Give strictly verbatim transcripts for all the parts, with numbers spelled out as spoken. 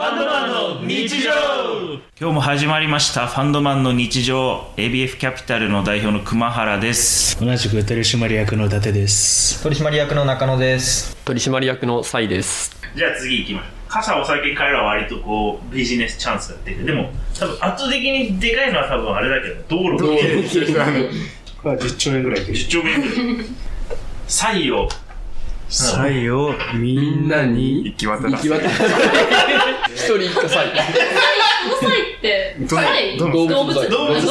ァンドマンの日常。今日も始まりましたファンドマンの日常。 エービーエフ キャピタルの代表の熊原です。 同じく取締役の伊達です。 取締役の中野です。 取締役のサイです。 じゃあ次行きましょう。傘お酒彼らは割とこうビジネスチャンスが出てる。でも多分圧倒的にでかいのは多分あれだけど道路道路これはじゅっちょうえんぐらいいける。 じゅっちょうえんぐらい。採用才をみんなに行き渡らせる。一人一個サイ。 このサイってサイ動物動物動物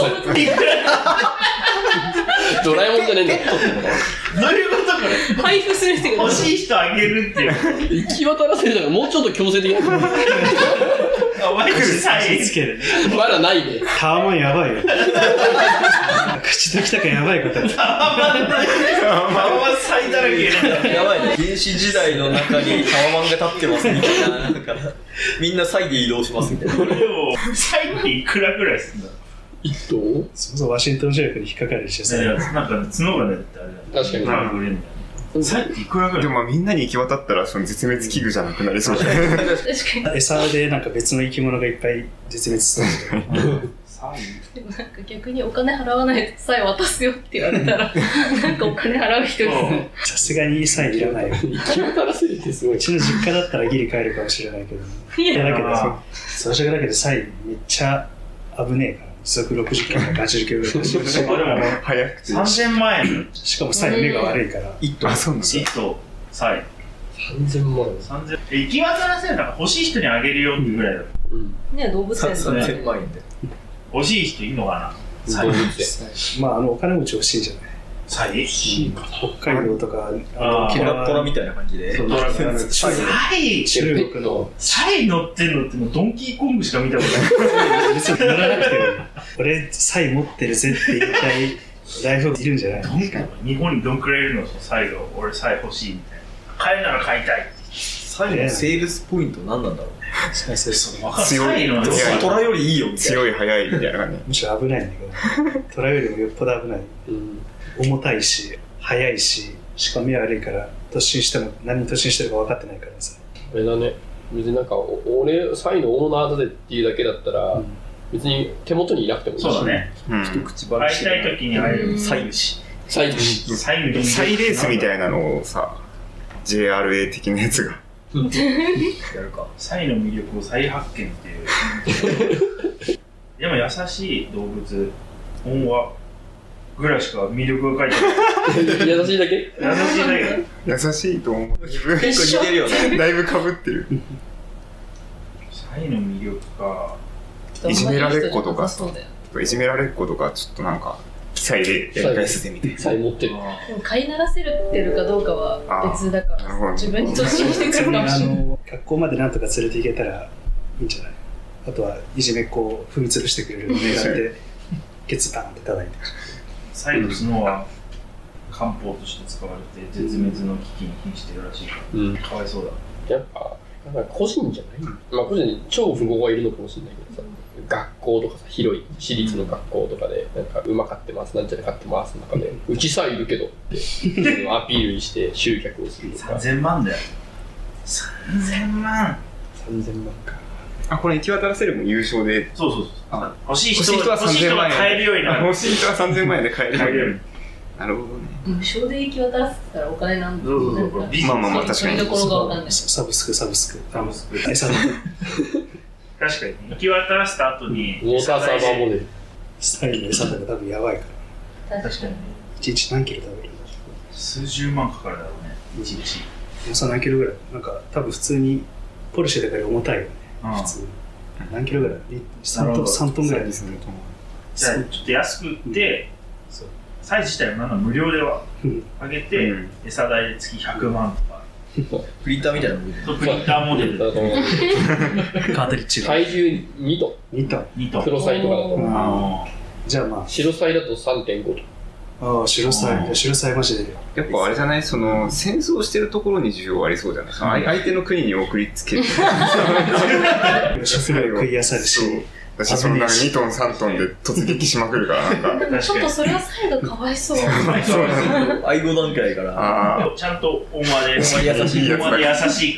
ドラえもんじゃねえんだ。 どういうことこれ。 配布する人が欲しい人あげるっていう。 行き渡らせるだからもうちょっと強制的な。 お前口サイつける。 まだないね。 タワマンやばいよ。口ときたかやばいことや。 タワマンサイだらけやばいね。原始時代の中にタワマンが立ってますみたいな。なんかみんなサイで移動しますみたいな。 これをサイっていくらぐらいするんだ。 一頭？ そもそもワシントン条約に引っかかるしさ。 なんか角が出てってあれだ。 確かに。 長く売れんだよ。サイっていくらぐらい？ でもまあみんなに行き渡ったらその絶滅危惧じゃなくなりそうじゃない。 確かに。 餌でなんか別の生き物がいっぱい絶滅するんだけど。 でもなんか逆にお金払わないとサイ渡すよって言われたらなんかお金払う人ですさすがにサイいらないよ。 行き渡らせるってすごい。 うちの実家だったらギリ帰るかもしれないけど。いやだけど装飾だけどサイめっちゃ危ねえから。時速ろくじゅっキロからはちじゅっキロぐらい走るし。 あでも早くてさんぜんまんえん。 しかもサイ目が悪いから。 一頭。あ、そうなんだ。 一頭サイ三千万円。 三千。行き渡らせるから欲しい人にあげるよってぐらいだ。 うん。 ね動物園さんぜんまんえんで。 欲しい人いるのかな。 動物園。 まああのお金持ち欲しいじゃない。 サイ？ 北海道とかあのトラットラみたいな感じで。 そうトラサイイ中国のサイ乗ってんのってもうドンキーコングしか見たことない。 別に乗らなくても俺サイ持ってるぜって言いたいライフいるんじゃない？ 日本にどんくらいいるの？サイが俺サイ欲しいみたいな。買えるなら買いたいって。 サイのセールスポイント何なんだろうね。 そうそうそう分かる。 強いサイの強いトラよりいいよみたいな。 強い早いみたいな感じ。 むしろ危ないんだけどトラよりもよっぽど危ない。 うん重たいし速いししかも目悪いから突進しても何に突進してるか分かってないからさ。 あれだね。別になんか俺サイのオーナーだぜっていうだけだったら、うん、別に手元にいなくてもいいし。 そうだね。 うん、 一口バラ会いたい時に会えるサイ主。 サイ主。 サイ主。 サイレースみたいなのをさ ジェイアールエー 的なやつがやるか。 サイの魅力を再発見っていう。でも優しい動物音話ぐらいしか魅力が書いてない。 優しいだけ？優しいだけ。 優しいと思う。 結構似てるよね。 だいぶ被ってる。 サイの魅力か。 いじめられっ子とかさ、いじめられっ子とかちょっとなんかサイでやり返すぜみたいな。 サイ持ってる。 でも飼いならせてるかどうかは別だから自分に突進してくるかもしれない。 学校までなんとか連れて行けたらいいんじゃない？あとはいじめっ子を踏み潰してくれるのを狙ってケツパンって叩いて。 サイの角は漢方として使われて絶滅の危機に瀕しているらしいから、うん、かわいそうだ。やっぱなんか個人じゃない、まあ個人に超富豪がいるのかもしれないけどさ、学校とかさ広い私立の学校とかでなんか馬飼ってますなんちゃら飼ってますの中でうちさえいるけどってアピールにして集客をするとか。 さんぜんまんだよ。さんぜんまん。 さんぜんまんか。 あ、これ行き渡らせるも優勝で。 そうそうそう。 あ、 欲しい人はさんぜんまん円。買えるようになる。 欲しい人はさんぜんまん円で買えるように。なるほどね。 無償で行き渡らせたらお金なんだろう。 まあまあまあ確かに。 ところがわかんない。 サブスクサブスク。 サブスク。 餌だ。 確かに行き渡らせた後にウォーターサーバーモデル。 サイの餌とか多分やばいから。確かに。 一日何キロ食べる？ 数十万かかるだろうね。一日。 重さ何キロぐらい？なんか多分普通にポルシェだから重たいよね。普通に。何キロぐらい？さんトン、さんトンぐらいですね。 じゃあちょっと安く売って、うん、サイズ自体はなんか無料では上げて、うん、餌代で月ひゃくまんとか。 プリンターみたいなモデル。 プリンターモデル。 カートリッジが。 体重にトン。 にトン。 にトン。 黒サイとかだと。 じゃあまあ。 白サイだと さんてんご トン。 ああ、白サイ。白サイマジで。 やっぱあれじゃない、その戦争してるところに需要ありそうじゃない、うん、相手の国に送りつける食料食いやさるし、 私そんなにトンさんトンで突撃しまくるからなんかちょっとそれはサイがかわいそう。 愛護段階からちゃんとおまで優しいおまで優しいから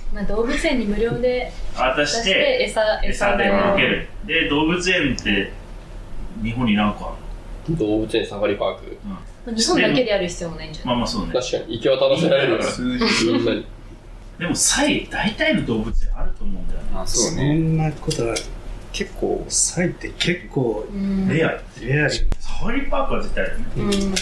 まあ、動物園に無料で渡出ししてて餌餌で餌代をかける。で、動物園って日本に何個ある動物園サファリパーク。 まあ日本だけでやる必要もないんじゃの？ ない？ まあまあそうね。 確かに、行き渡らせられるから、 数字みんなに。 でもサイ、大体の動物園あると思うんだよね。 あ、そうそね。 んなことは、 結構、 サイって結構うんレア。 レアじゃん。 サファリパークは絶対あるよね。 うん日本の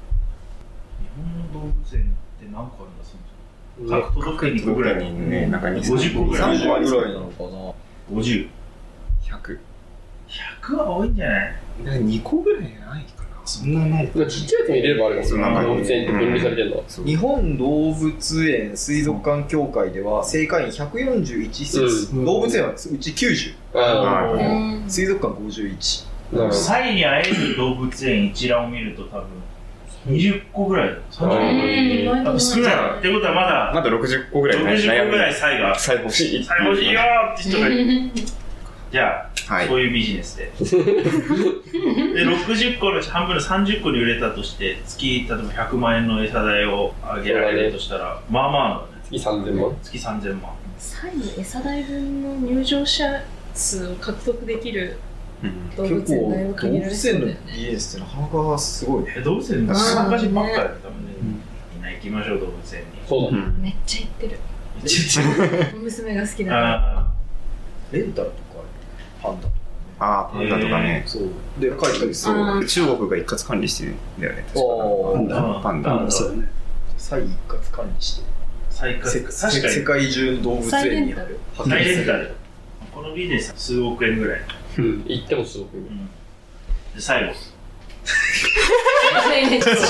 動物園って何個あるんだ、そもそも。各都道府県にごぐらい。 にね、なんかに、 ごじゅっこぐらい。 さんこありそうぐらいなのかな。 ごじゅう。 ひゃく。 ひゃくは多いんじゃない？ なんかにこぐらいじゃないかな。 そんなない。 ちっちゃいやつ見れればあるかもしれない。動物園って分離されてるのは。 そう日本動物園水族館協会では正会員ひゃくよんじゅういち施設、 うん動物園はうちきゅうじゅう、 あうん水族館ごじゅういち。 あ、なるほど。 サイに会える動物園一覧を見ると多分にじゅっこぐらいだよ。さんじゅっこうんぐらい。 意外と少ない。ってことはまだまだろくじゅっこぐらいろくじゅっこぐらいい。 サイが、 最後欲しい。 サイ欲しいよーって人がいる。じゃあ、 はい。 そういうビジネスで。で、ろくじゅっこのうち半分のさんじゅっこに売れたとして、月、例えばひゃくまん円の餌代を上げられるとしたら、まあまあだね。 月さんぜんまん。 月さんぜんまん。 サイに餌代分の入場者数を獲得できるうん動結物園だいぶ構動限られそう物園のだよね。 ビジネスってなかなかすごいね。 え、動物園の参加者ばっかりだったもんね。 うんみんな行きましょう、動物園に。 そうだ。 うんめっちゃ行ってる。 ちょっ娘が好きとだから。 あレンタルとかパンダとかああ、パンダとかね。 そうで帰ったりすそる。 う。中国が一括管理してるんだよね。確かおーパンダ。 パンダ。 パンダ、そうだね。 サイ一括管理して再開せ確かに世界中の動物サイレ園にンタル。 派再遣する。 レンタル。このビジネスは数億円ぐらい。 うん。 行ってもすごくいい。 で、最後。 ね育てる。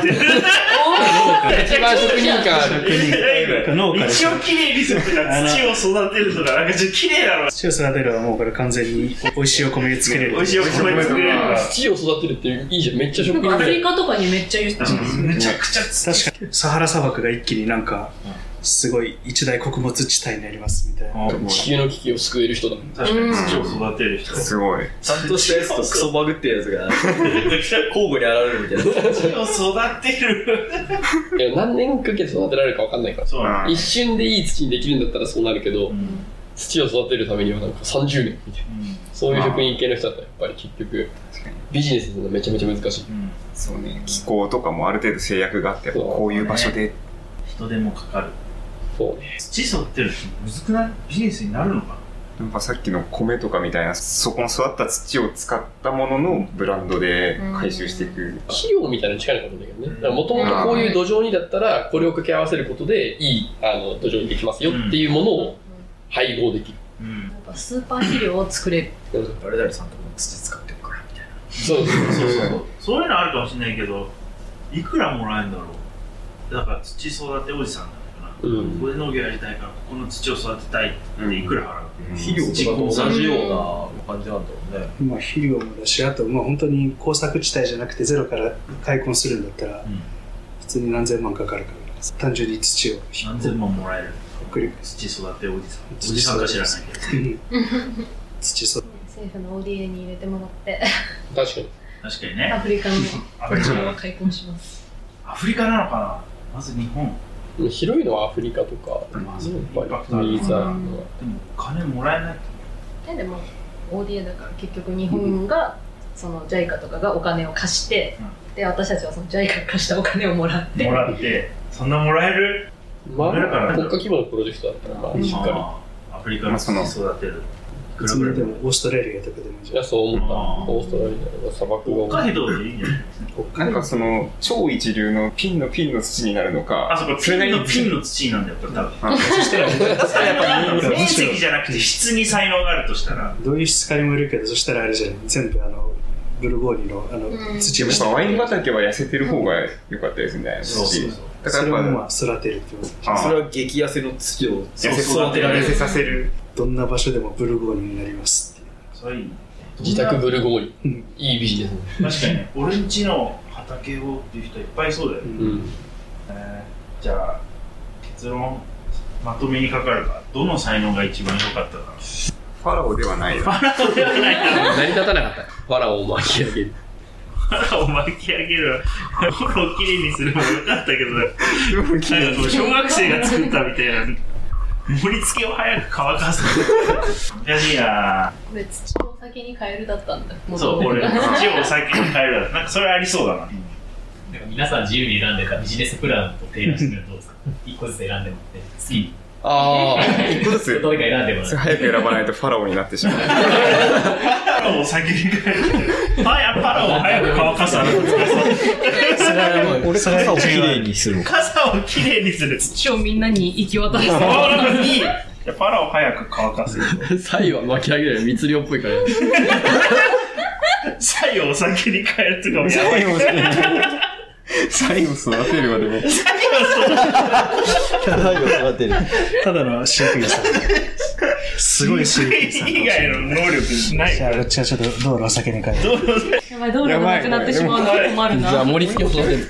一番職人感ある。 農家で一応綺麗にするとか、土を育てるとか、なんかちょっと綺麗だろ。 土を育てるはもうこれ完全に美味しいお米作れる。 美味しいお米作れるから。 土を育てるっていいじゃん。めっちゃ職なんかアフリ人だよ。 カとかにめっちゃ言ってた。 めちゃくちゃ土。 確かに、サハラ砂漠が一気になんか、すごい一大穀物地帯になりますみたいな。 地球の危機を救える人だもん。 確かに土を育てる人。 すごい。 ちゃんとしたやつとクソバグってやつが交互に現れるみたいな。 土を育てる。 いや、何年かけて育てられるか分かんないから。 そうなの。 一瞬でいい土にできるんだったらそうなるけど、 うん土を育てるためにはなんかさんじゅうねんみたいな。そういう職人系の人だったらやっぱり結局、 確かに。 ビジネスするのめちゃめちゃ難しい。 うんそうね。気候とかもある程度制約があって、 そうこういう場所で。 人手もかかる。 そうね。 土育てるってむずくない？ビジネスになるのかなんかさっきの米とかみたいな、そこの育った土を使ったもののブランドで回収していく。 肥料みたいなのに近いのかもしれないけどね。だからもともとこういう土壌にだったら、これを掛け合わせることでいいあの土壌にできますよっていうものを配合できる。 な？うん。 やっぱスーパー肥料を作れる。 誰々さんとこの土使ってるからみたいな。 そうそうそうそう。そういうのあるかもしれないけど、いくらもらえるんだろう。だから土育ておじさんなのかな。 うんここで農業やりたいから、ここの土を育てたいっていくら払う？ 肥料とかと同じような感じなんだろうね。 まあ肥料もだし、あとまあ本当に耕作地帯じゃなくてゼロから開墾するんだったら、 うん普通に何千万かかるから、単純に土を何千万もらえる。 送り土育ておじさん。おじさんか知らないけど。 土育て政府の オーディーエー に入れてもらって、 確かに。 確かにアね。 フリカのアフリカ土地を開墾します。 アフリカなのかな？まず日本。 広いのはアフリカとか、 まあやっぱりインパクトあるニーズあるのは。 でもお金もらえない。 えでも オーディーエー だから結局日本がその ジャイカ とかがお金を貸して、で私たちはその ジャイカ が貸したお金をもらってもらって、そんなもらえる？ まだからあ、国家規模のプロジェクトだったら、まあ、しっかあーアフリカの土育てる。 普通にでもオーストラリアとかでもいいり。 じいや、そう思った。 あーオーストラリアとか砂漠が北海道でいいんじゃない？ なんかその超一流のピンのピンの土になるのか、 あ、そこピンのピンの土なんだよ、これ多分。 あそしたらやっぱ面積じゃなくて質に才能があるとしたら。 どういう質感にもよるけど、そしたらあれじゃん、全部あのブルゴーニュのあのうん土をやっぱワイン畑は痩せてる方が良かったですね。 そうそうそう。 だからやっそれをまあ育てるってこと。 ぱ、 それは激痩せの土を痩せ育てられさせる。 どんな場所でもブルゴーニュになりますっていう。 それいいね。 自宅ブルゴーニうんュ。いいビジネスね。 確かにね、俺んちの畑をっていう人いっぱいいそうだよね。 うん。 えーじゃあ、結論、まとめにかかるか。どの才能が一番良かったかな。 ファラオではないよ。 ではないか。 成り立たなかった。ファラオを巻き上げる。 腹を巻き上げる。心をきれいにするのも良かったけど、なんかこう小学生が作ったみたいな。 盛り付けを早く乾かす。難しいな。 これ土を先に変えるだったんだ。 そう、これ土を先に変えるだ。なんかそれありそうだな。 なんか皆さん自由に選んでたビジネスプランと提案してみるとどうですか？一個ずつ選んでもらって、好き。 ああ。 一個ずつどれか選んでもらって。 早く選ばないとファラオになってしまう。 パラオを先に変える。パラオを早く乾かす。 それはもう、 俺、 それは傘をきれいにする。 傘をきれいにする。 土をみんなに行き渡らせる。 あいい。パラオを早く乾かす。 サイは巻き上げる密漁っぽいから。 サイをお酒に変えるとかもやばい。 サイを育てるわ、でも。 サイを育てる。 ただの飼育員さん。すごい飼育員さん。 以外の能力ない。 じゃあ、こっちはちょっと道路を先に変える。 やばい、道路がなくなってしまうのは困るな。 じゃあ盛り付けを育てる。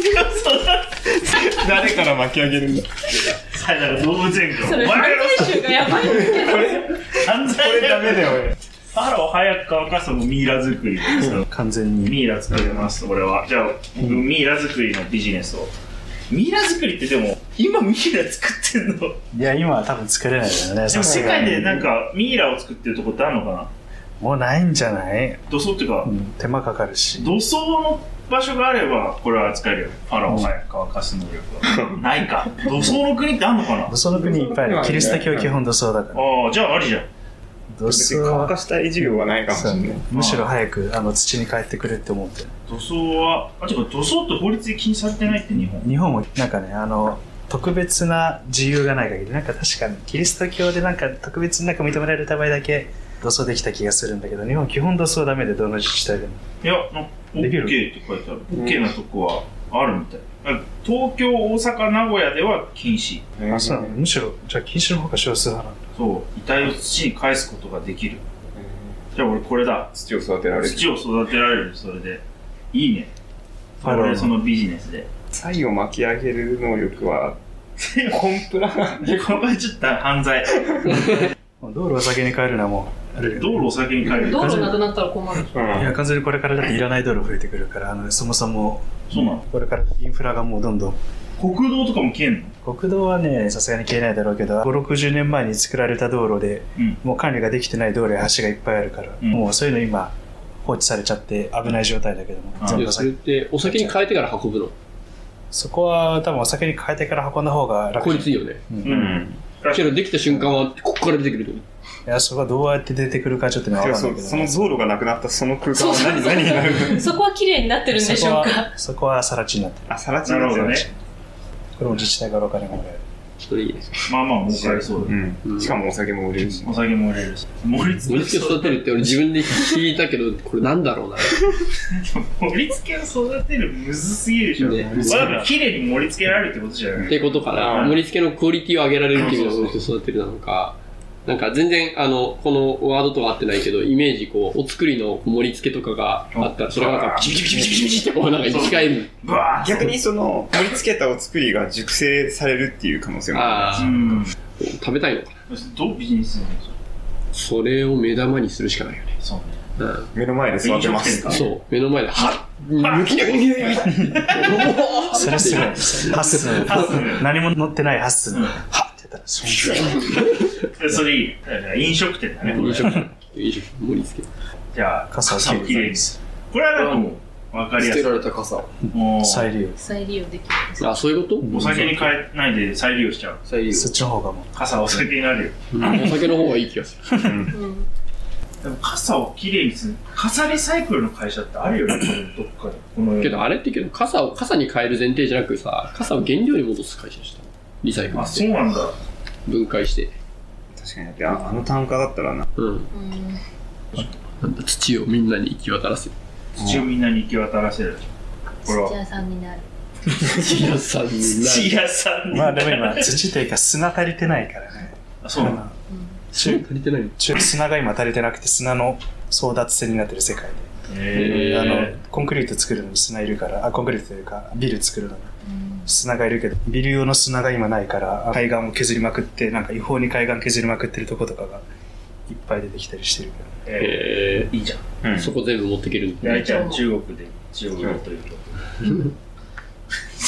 誰から巻き上げるんだ。 サイだから動物園か。 それ、犯罪集がやばいんだけど。 犯罪これダメだよ、俺。 パラオを早く乾かすのもミイラ作りですよ。 完全に。 ミイラ作れます、俺は。じゃあ、僕、ミイラ作りのビジネスを。ミイラ作りってでも、今ミイラ作ってんの？ いや、今は多分作れないよね。 でもさすがに世界でなんか、ミイラを作ってるとこってあるのかな？ もうないんじゃない？ 土葬っていうか、 うん、手間かかるし。 土葬の場所があれば、これは使えるよ。パラオを早く乾かす能力は。ないか。土葬の国ってあんのかな？ 土葬の国いっぱいある。キリスト教基本土葬だから。 ああ、じゃあありじゃん。 土別に葬は乾かしたい授業はないかもしれない。 むしろ早くあの土に帰ってくれって思ってる。 土葬は、あ、違う、土葬って法律で禁止されてないって日本。 日本もなんかね、あの、特別な自由がない限り、なんか確かにキリスト教でなんか特別になんか認められた場合だけ土葬できた気がするんだけど、日本基本土葬ダメでどの自治体でも。 いや、なんか OK って書いてある。OK なとこはあるみたい。東京、大阪、名古屋では禁止。 あ、そうなの？むしろ、じゃあ禁止の方が少数派なんだ。 そう、遺体を土に返すことができる。じゃあ俺これだ。 土を育てられる。 土を育てられる、それで。いいね。 パラオの俺そのビジネスで。 サイを巻き上げる能力は、コンプラなんで。 これはちょっと犯罪。 道路を先に変えるのはもう、あるよ。 道路を先に変える。 道路なくなったら困る。 いや、完全にこれからだっていらない道路増えてくるから、あの、そもそも、 そうなの？ これからインフラがもうどんどん。 国道とかも消えんの？ 国道はね、さすがに消えないだろうけど、ご、ろくじゅうねんまえに作られた道路で、 うん。 もう管理ができてない道路や橋がいっぱいあるから、 うんもうそういうの今、放置されちゃって危ない状態だけども、 あでそれってお酒に変えてから運ぶのそこは多分お酒に変えてから運んだ方が楽。 効率いいよね。 うん。 ういん。 けどできた瞬間はここから出てくるのや、そこはどうやって出てくるかちょっとね、わかんないけど、 その道路がなくなったその空間は何何になるの？ そこは綺麗になってるんでしょうか？ そこは、そこは更地になってる。 あ、さら地なになってるるほどね。 これも自治体からお金がもらえる。 それいいです。 まあまあ儲かりそうだ。 うん。しかもお酒も売れるし。 お酒も売れるし。盛り付け盛り付けを育てるって俺自分で聞いたけど、これなんだろうな。 盛り付けを育てるむずすぎるでしょ。 ねこれなんか綺麗に盛り付けられるってことじゃない？ ってことかな。盛り付けのクオリティを上げられるっていうのを育てるなのか。なんか全然、あの、このワードとは合ってないけど、イメージこう、お作りの盛り付けとかがあったら、それがなんか、ピチピチピチピチピチってこう、なんか生き返る。 ブワーッ逆にその盛り付けたお作りが熟成されるっていう可能性もあうああ、 ん。 食べたいのか。 どうビジネスするんですか？ それを目玉にするしかないよね。 そうね。 うん。 る。目の前で育てます。 そう、目の前で、はっ抜き抜き抜き抜きそれすごい。ハッスン。 ハッスン何も乗ってないハッスン。 うんはっってやったら、そうそれいい。だから飲食店だね。これ飲食、飲食、盛り付け。 じゃあ、 傘を傘をきれいにする。これはなんかもう、わかりやすい。 捨てられた傘をもう再利用。 再利用できるんです。 あ、そういうことお酒に変えないで再利用しちゃう。 再利用。 そっちの方がも傘お酒になるよ。 うんお酒の方がいい気がする。 うん。 でも傘をきれいにする。傘リサイクルの会社ってあるよね、このどっかに。この世にけどあれってけど、傘を傘に変える前提じゃなくさ、傘を原料に戻す会社でした。リサイクルあ、 して。 そうなんだ。 分解して。 確かにだってああの単価だったらな。 うん。 うん。 なんだ土をみんなに行き渡らせる。 土をみんなに行き渡らせる。これは。 土屋さんになる。 土屋さんになる。 土屋さんう。 に。 まあでも今、土というか砂足りてないからね。 あ、そうなんだ。 中足りてないの中砂が今足りてなくて砂の争奪戦になってる世界で。 へあのー。 コンクリート作るのに砂いるからあコンクリートというかビル作るのにうん。 砂がいるけどビル用の砂が今ないから海岸を削りまくってなんか違法に海岸削りまくってるとことかがいっぱい出てきたりしてるからえーいいじゃん。 うん。 そこ全部持ってけるんだ。 大ちゃん中国で一応売るというと。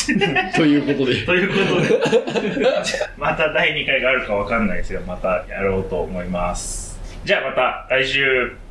ということで。 ということで、まただいにかいがあるかわかんないですが、またやろうと思います。じゃあまた来週。